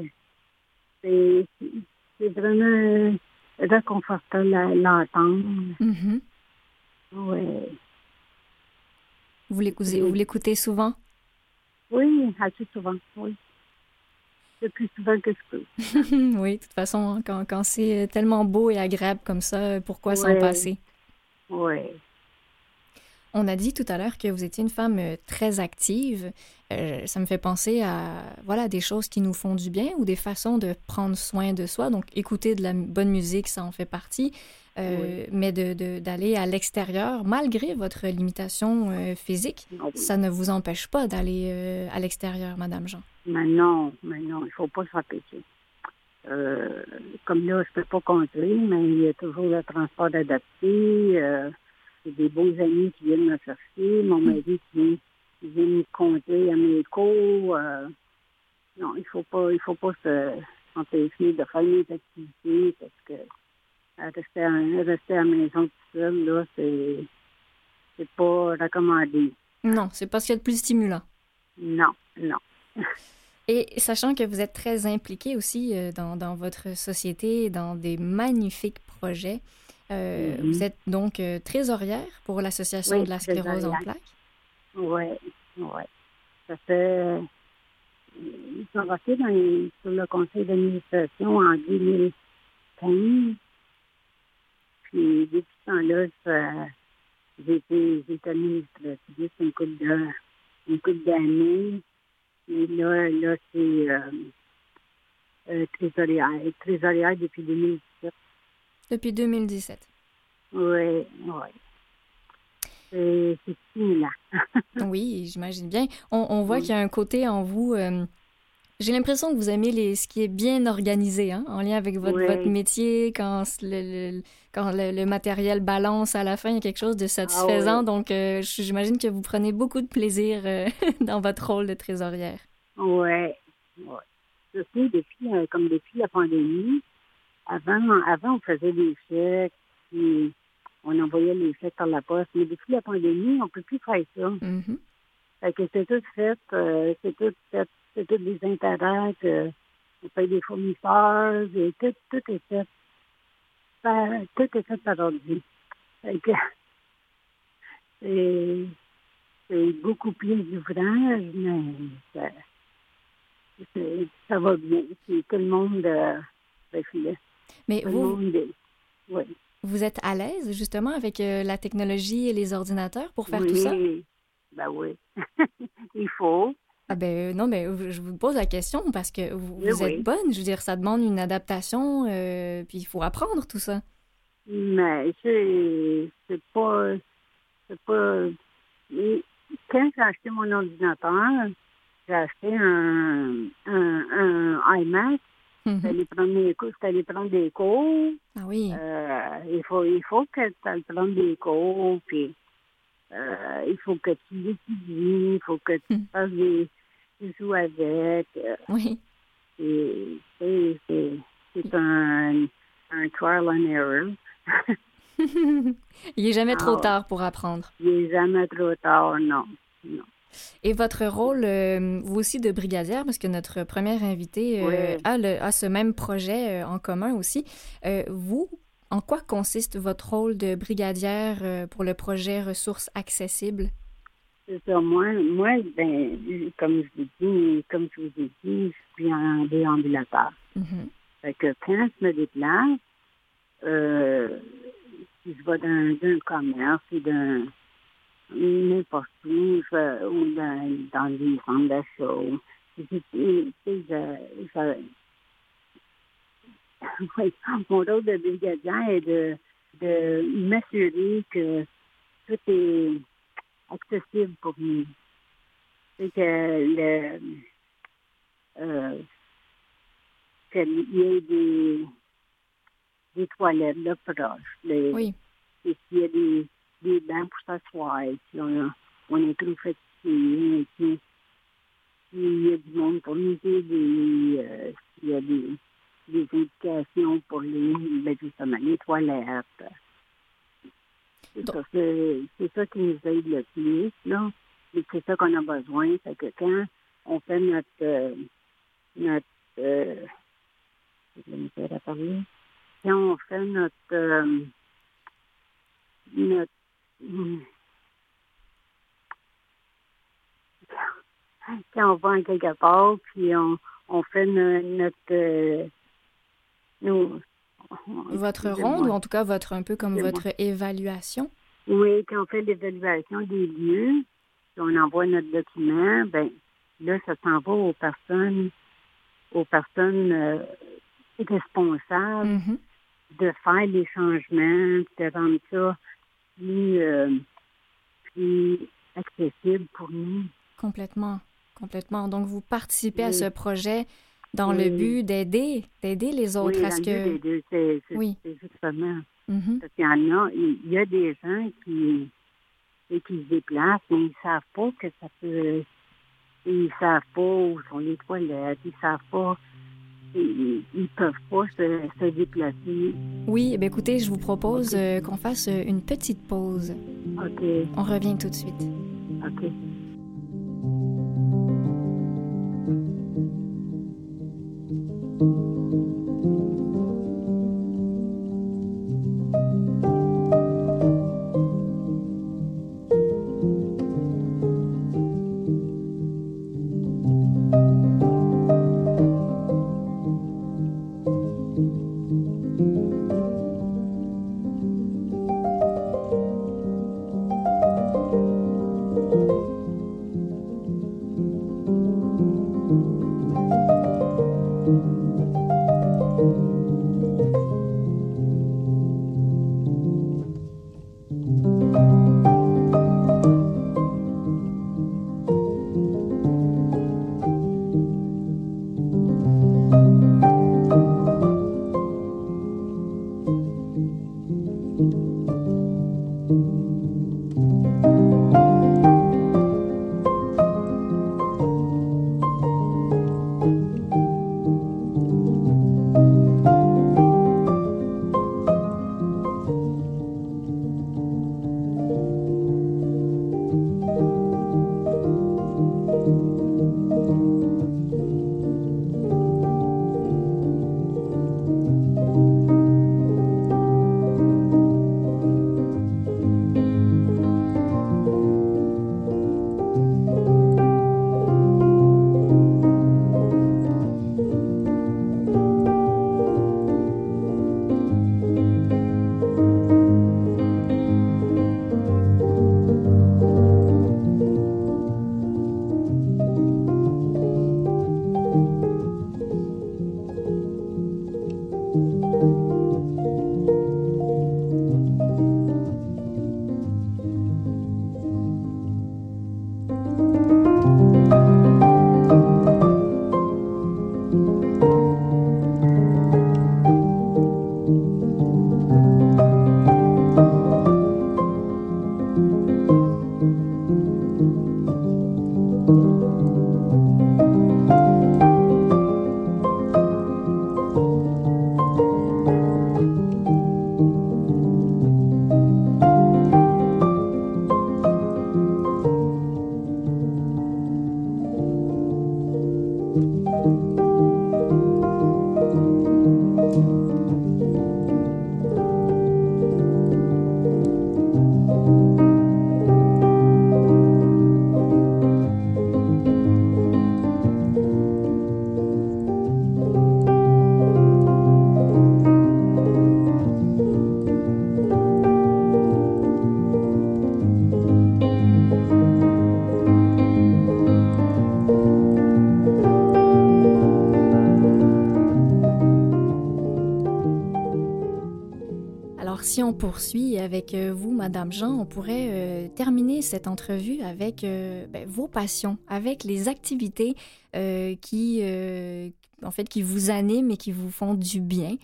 Speaker 5: C'est vraiment réconfortant l'entendre.
Speaker 1: Mhm.
Speaker 5: Ouais.
Speaker 1: Vous l'écoutez souvent?
Speaker 5: Oui, assez souvent, oui. Le plus souvent que je peux.
Speaker 1: Oui, de toute façon, quand c'est tellement beau et agréable comme ça, pourquoi s'en
Speaker 5: Oui,
Speaker 1: passer?
Speaker 5: oui.
Speaker 1: On a dit tout à l'heure que vous étiez une femme très active. Ça me fait penser à voilà, des choses qui nous font du bien ou des façons de prendre soin de soi. Donc, écouter de la bonne musique, ça en fait partie.
Speaker 5: Oui.
Speaker 1: Mais d'aller à l'extérieur, malgré votre limitation physique,
Speaker 5: Ah oui.
Speaker 1: ça ne vous empêche pas d'aller à l'extérieur, Madame Jean.
Speaker 5: Mais non, il ne faut pas s'empêcher. Comme là, je ne peux pas conduire, mais il y a toujours le transport adapté. J'ai des beaux amis qui viennent me chercher. Mon mari qui vient me conduire à mes cours. Non, il faut pas s'empêcher de faire mes activités parce que rester à la maison tout seul, là, c'est pas recommandé.
Speaker 1: Non, c'est pas ce qu'il y a de plus stimulant.
Speaker 5: Non, non.
Speaker 1: Et sachant que vous êtes très impliqué aussi dans votre société, dans des magnifiques projets, vous êtes donc trésorière pour l'Association
Speaker 5: Oui,
Speaker 1: de la sclérose en
Speaker 5: trésorière.
Speaker 1: plaques.
Speaker 5: Oui, oui. Ça fait... Ils sont restés sur le conseil d'administration en 2015. Puis depuis ce temps-là, j'ai été administratrice une couple d'années. Et là c'est trésorière depuis 2017.
Speaker 1: Depuis 2017.
Speaker 5: Oui, oui. C'est stimulant.
Speaker 1: Oui, j'imagine bien. On voit qu'il y a un côté en vous... j'ai l'impression que vous aimez ce qui est bien organisé, hein, en lien avec votre
Speaker 5: Oui.
Speaker 1: métier, quand le matériel balance à la fin, il y a quelque chose de satisfaisant.
Speaker 5: Ah oui.
Speaker 1: Donc, j'imagine que vous prenez beaucoup de plaisir dans votre rôle de trésorière.
Speaker 5: Oui, oui. Surtout depuis la pandémie, avant, on faisait des chèques, puis on envoyait les chèques par la poste, mais depuis la pandémie, on ne peut plus faire ça.
Speaker 1: Mhm.
Speaker 5: Fait que c'est tout fait, c'est tout des intérêts, on paye des fournisseurs, et tout est fait. Tout est fait par ordi. Fait que c'est beaucoup plus d'ouvrage, mais ça va bien. Puis tout le monde,
Speaker 1: Mais
Speaker 5: tout le monde, oui.
Speaker 1: vous êtes à l'aise justement avec la technologie et les ordinateurs pour faire tout ça?
Speaker 5: Oui, ben oui. Il faut.
Speaker 1: Ah ben non, mais je vous pose la question parce que
Speaker 5: Oui,
Speaker 1: vous êtes
Speaker 5: oui.
Speaker 1: bonne. Je veux dire, ça demande une adaptation, puis il faut apprendre tout ça.
Speaker 5: Mais c'est pas. Quand j'ai acheté mon ordinateur, j'ai acheté un iMac.
Speaker 1: Mhm.
Speaker 5: C'était aller prendre des cours.
Speaker 1: Ah oui.
Speaker 5: Il faut que tu ailles prendre des cours, puis il faut que tu l'étudies, il faut que tu fasses tu joues avec.
Speaker 1: Oui.
Speaker 5: C'est un trial and error.
Speaker 1: Il est jamais trop
Speaker 5: Ah,
Speaker 1: tard pour apprendre.
Speaker 5: il n'est jamais trop tard, non. Non.
Speaker 1: Et votre rôle, vous aussi, de brigadière, parce que notre première invitée
Speaker 5: Oui.
Speaker 1: a ce même projet en commun aussi. Vous, en quoi consiste votre rôle de brigadière pour le projet Ressources accessibles?
Speaker 5: C'est ça. Moi, ben, comme je vous ai dit, je suis en déambulateur.
Speaker 1: Mhm.
Speaker 5: Fait que quand je me déplace, si je vais dans un commerce ou dans n'importe où, ou dans des centres d'achat, oui, mon rôle de brigadière est de m'assurer que tout est accessible pour nous. C'est que qu'il y ait des toilettes là proches.
Speaker 1: Oui.
Speaker 5: Et s'il y a des bancs pour s'asseoir, si on on est trop fatigué, qu'il y a du monde pour nous aider, s'il y a des indications pour justement, les toilettes. C'est ça qui nous aide le plus, là. Et c'est ça qu'on a besoin. C'est que quand on fait je vais me faire à parler. Quand on fait quand on va en quelque part, puis on fait
Speaker 1: Votre ronde, ou en tout cas un peu comme votre évaluation?
Speaker 5: Oui, quand on fait l'évaluation des lieux, puis on envoie notre document, ben là, ça s'en va aux personnes responsables de faire les changements, de rendre ça plus accessible pour nous.
Speaker 1: Complètement. Donc, vous participez à ce projet dans le but d'aider les autres.
Speaker 5: Oui, c'est justement. Parce qu'il il y a des gens qui se déplacent, mais ils ne savent pas que ça peut... Ils savent pas où sont les toilettes, ils savent pas... Ils peuvent pas se déplacer.
Speaker 1: Oui, bien écoutez, je vous propose qu'on fasse une petite pause.
Speaker 5: OK.
Speaker 1: On revient tout de suite.
Speaker 5: OK.
Speaker 1: Si on poursuit avec vous, Madame Jean, on pourrait terminer cette entrevue avec vos passions, avec les activités qui vous animent et qui vous font du bien.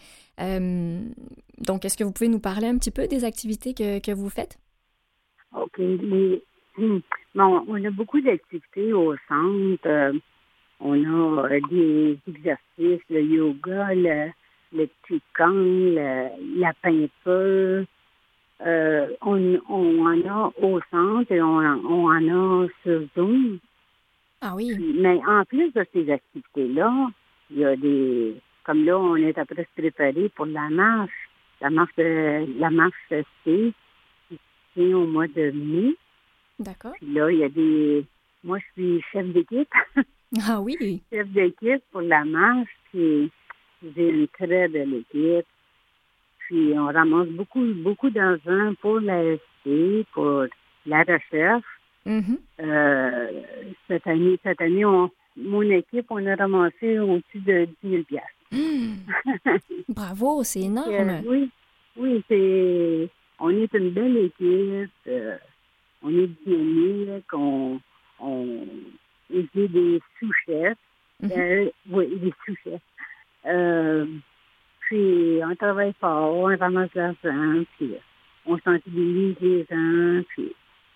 Speaker 1: Donc, est-ce que vous pouvez nous parler un petit peu des activités que vous faites?
Speaker 5: OK. Les Bon, on a beaucoup d'activités au centre. On a des exercices, le yoga, le qigong, la peinture. On en a au centre et on en a sur Zoom.
Speaker 1: Ah oui.
Speaker 5: Mais en plus de ces activités-là, il y a comme là, on est après se préparer pour la marche C, qui est au mois de mai.
Speaker 1: D'accord.
Speaker 5: Puis là, il y a moi, je suis chef d'équipe.
Speaker 1: Ah oui.
Speaker 5: Chef d'équipe pour la marche, puis j'ai une très belle équipe. Puis on ramasse beaucoup d'argent pour la SC, pour la recherche.
Speaker 1: Mm-hmm.
Speaker 5: Cette année, mon équipe, on a ramassé au-dessus de 10 000
Speaker 1: Bravo, c'est énorme.
Speaker 5: Oui, on est une belle équipe, on est dynamique, on est des sous-chefs.
Speaker 1: Mm-hmm.
Speaker 5: Oui, des sous-chefs. Puis on travaille fort, on ramasse l'argent, puis on sensibilise les gens, puis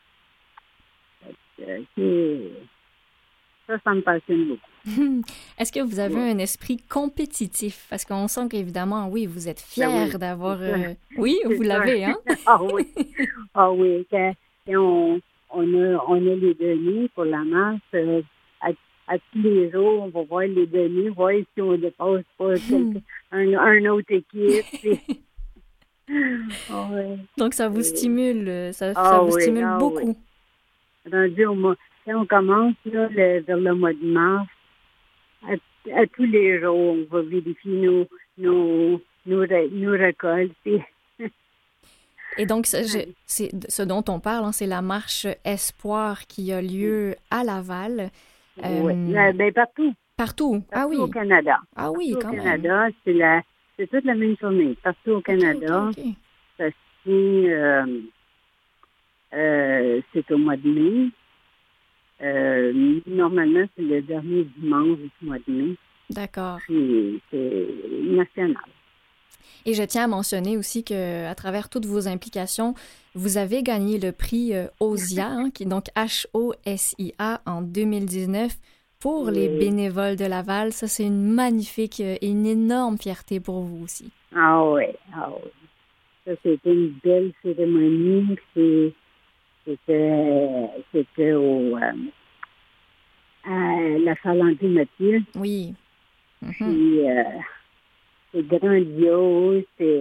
Speaker 5: ça me passionne beaucoup.
Speaker 1: Est-ce que vous avez un esprit compétitif? Parce qu'on sent qu'évidemment, oui, vous êtes fiers d'avoir... Oui, vous l'avez, hein?
Speaker 5: Ah oui. Quand on a les données pour la marche, à tous les jours, on va voir les données, voir si on dépasse pas un autre équipe.
Speaker 1: Donc, ça vous stimule, ça vous stimule beaucoup.
Speaker 5: Oui. Rendu quand on commence là, vers le mois de mars, à tous les jours, on va vérifier nos récoltes.
Speaker 1: Et donc, c'est ce dont on parle, hein, c'est la marche Espoir qui a lieu à Laval.
Speaker 5: Oui, partout.
Speaker 1: Partout? Ah oui.
Speaker 5: Au Canada.
Speaker 1: Ah oui,
Speaker 5: partout
Speaker 1: quand
Speaker 5: au
Speaker 1: même.
Speaker 5: Canada, c'est toute la même journée. Partout au Canada.
Speaker 1: Okay.
Speaker 5: Ça se tient, c'est au mois de mai. Normalement, c'est le dernier dimanche du mois de mai.
Speaker 1: D'accord.
Speaker 5: Puis c'est national.
Speaker 1: Et je tiens à mentionner aussi qu'à travers toutes vos implications, vous avez gagné le prix OSIA, hein, qui est donc HOSIA en 2019 pour les bénévoles de Laval. Ça, c'est une magnifique et une énorme fierté pour vous aussi.
Speaker 5: Ah oui. Ça, c'était une belle cérémonie. C'était à la salle André-Mathieu.
Speaker 1: Oui.
Speaker 5: Puis, c'est grandiose.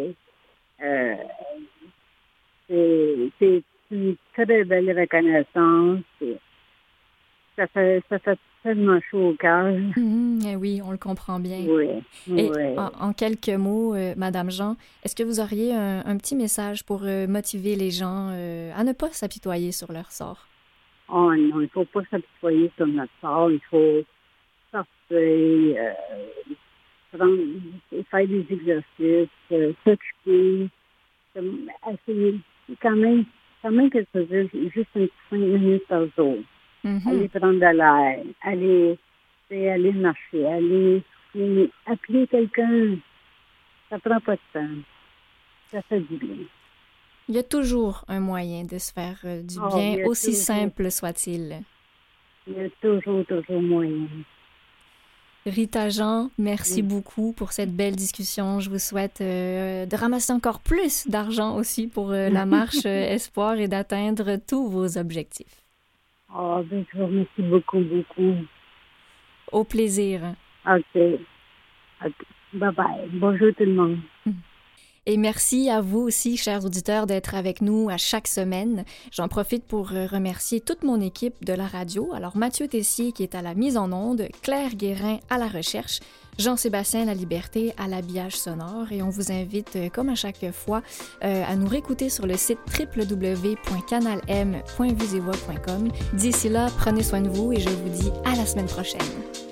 Speaker 5: C'est une très belle reconnaissance. Ça fait tellement chaud au cœur.
Speaker 1: Oui, on le comprend bien.
Speaker 5: Oui.
Speaker 1: Et en quelques mots, Madame Jean, est-ce que vous auriez un petit message pour motiver les gens à ne pas s'apitoyer sur leur sort?
Speaker 5: Oh non, il ne faut pas s'apitoyer sur notre sort. Il faut sortir, faire des exercices, s'occuper, essayer quand même que ça dure juste un petit 5 minutes par jour. Aller prendre de l'air, aller marcher, aller appeler quelqu'un. Ça prend pas de temps. Ça fait du bien.
Speaker 1: Il y a toujours un moyen de se faire du bien, aussi simple soit-il.
Speaker 5: Il y a toujours moyen.
Speaker 1: Rita Jean, merci beaucoup pour cette belle discussion. Je vous souhaite de ramasser encore plus d'argent aussi pour la marche Espoir et d'atteindre tous vos objectifs.
Speaker 5: Je vous remercie beaucoup.
Speaker 1: Au plaisir.
Speaker 5: OK. Bye-bye. Bonjour tout le monde.
Speaker 1: Et merci à vous aussi, chers auditeurs, d'être avec nous à chaque semaine. J'en profite pour remercier toute mon équipe de la radio. Alors, Mathieu Tessier qui est à la mise en onde, Claire Guérin à la recherche, Jean-Sébastien Laliberté à l'habillage sonore. Et on vous invite, comme à chaque fois, à nous réécouter sur le site www.canalm.visevoix.com. D'ici là, prenez soin de vous et je vous dis à la semaine prochaine.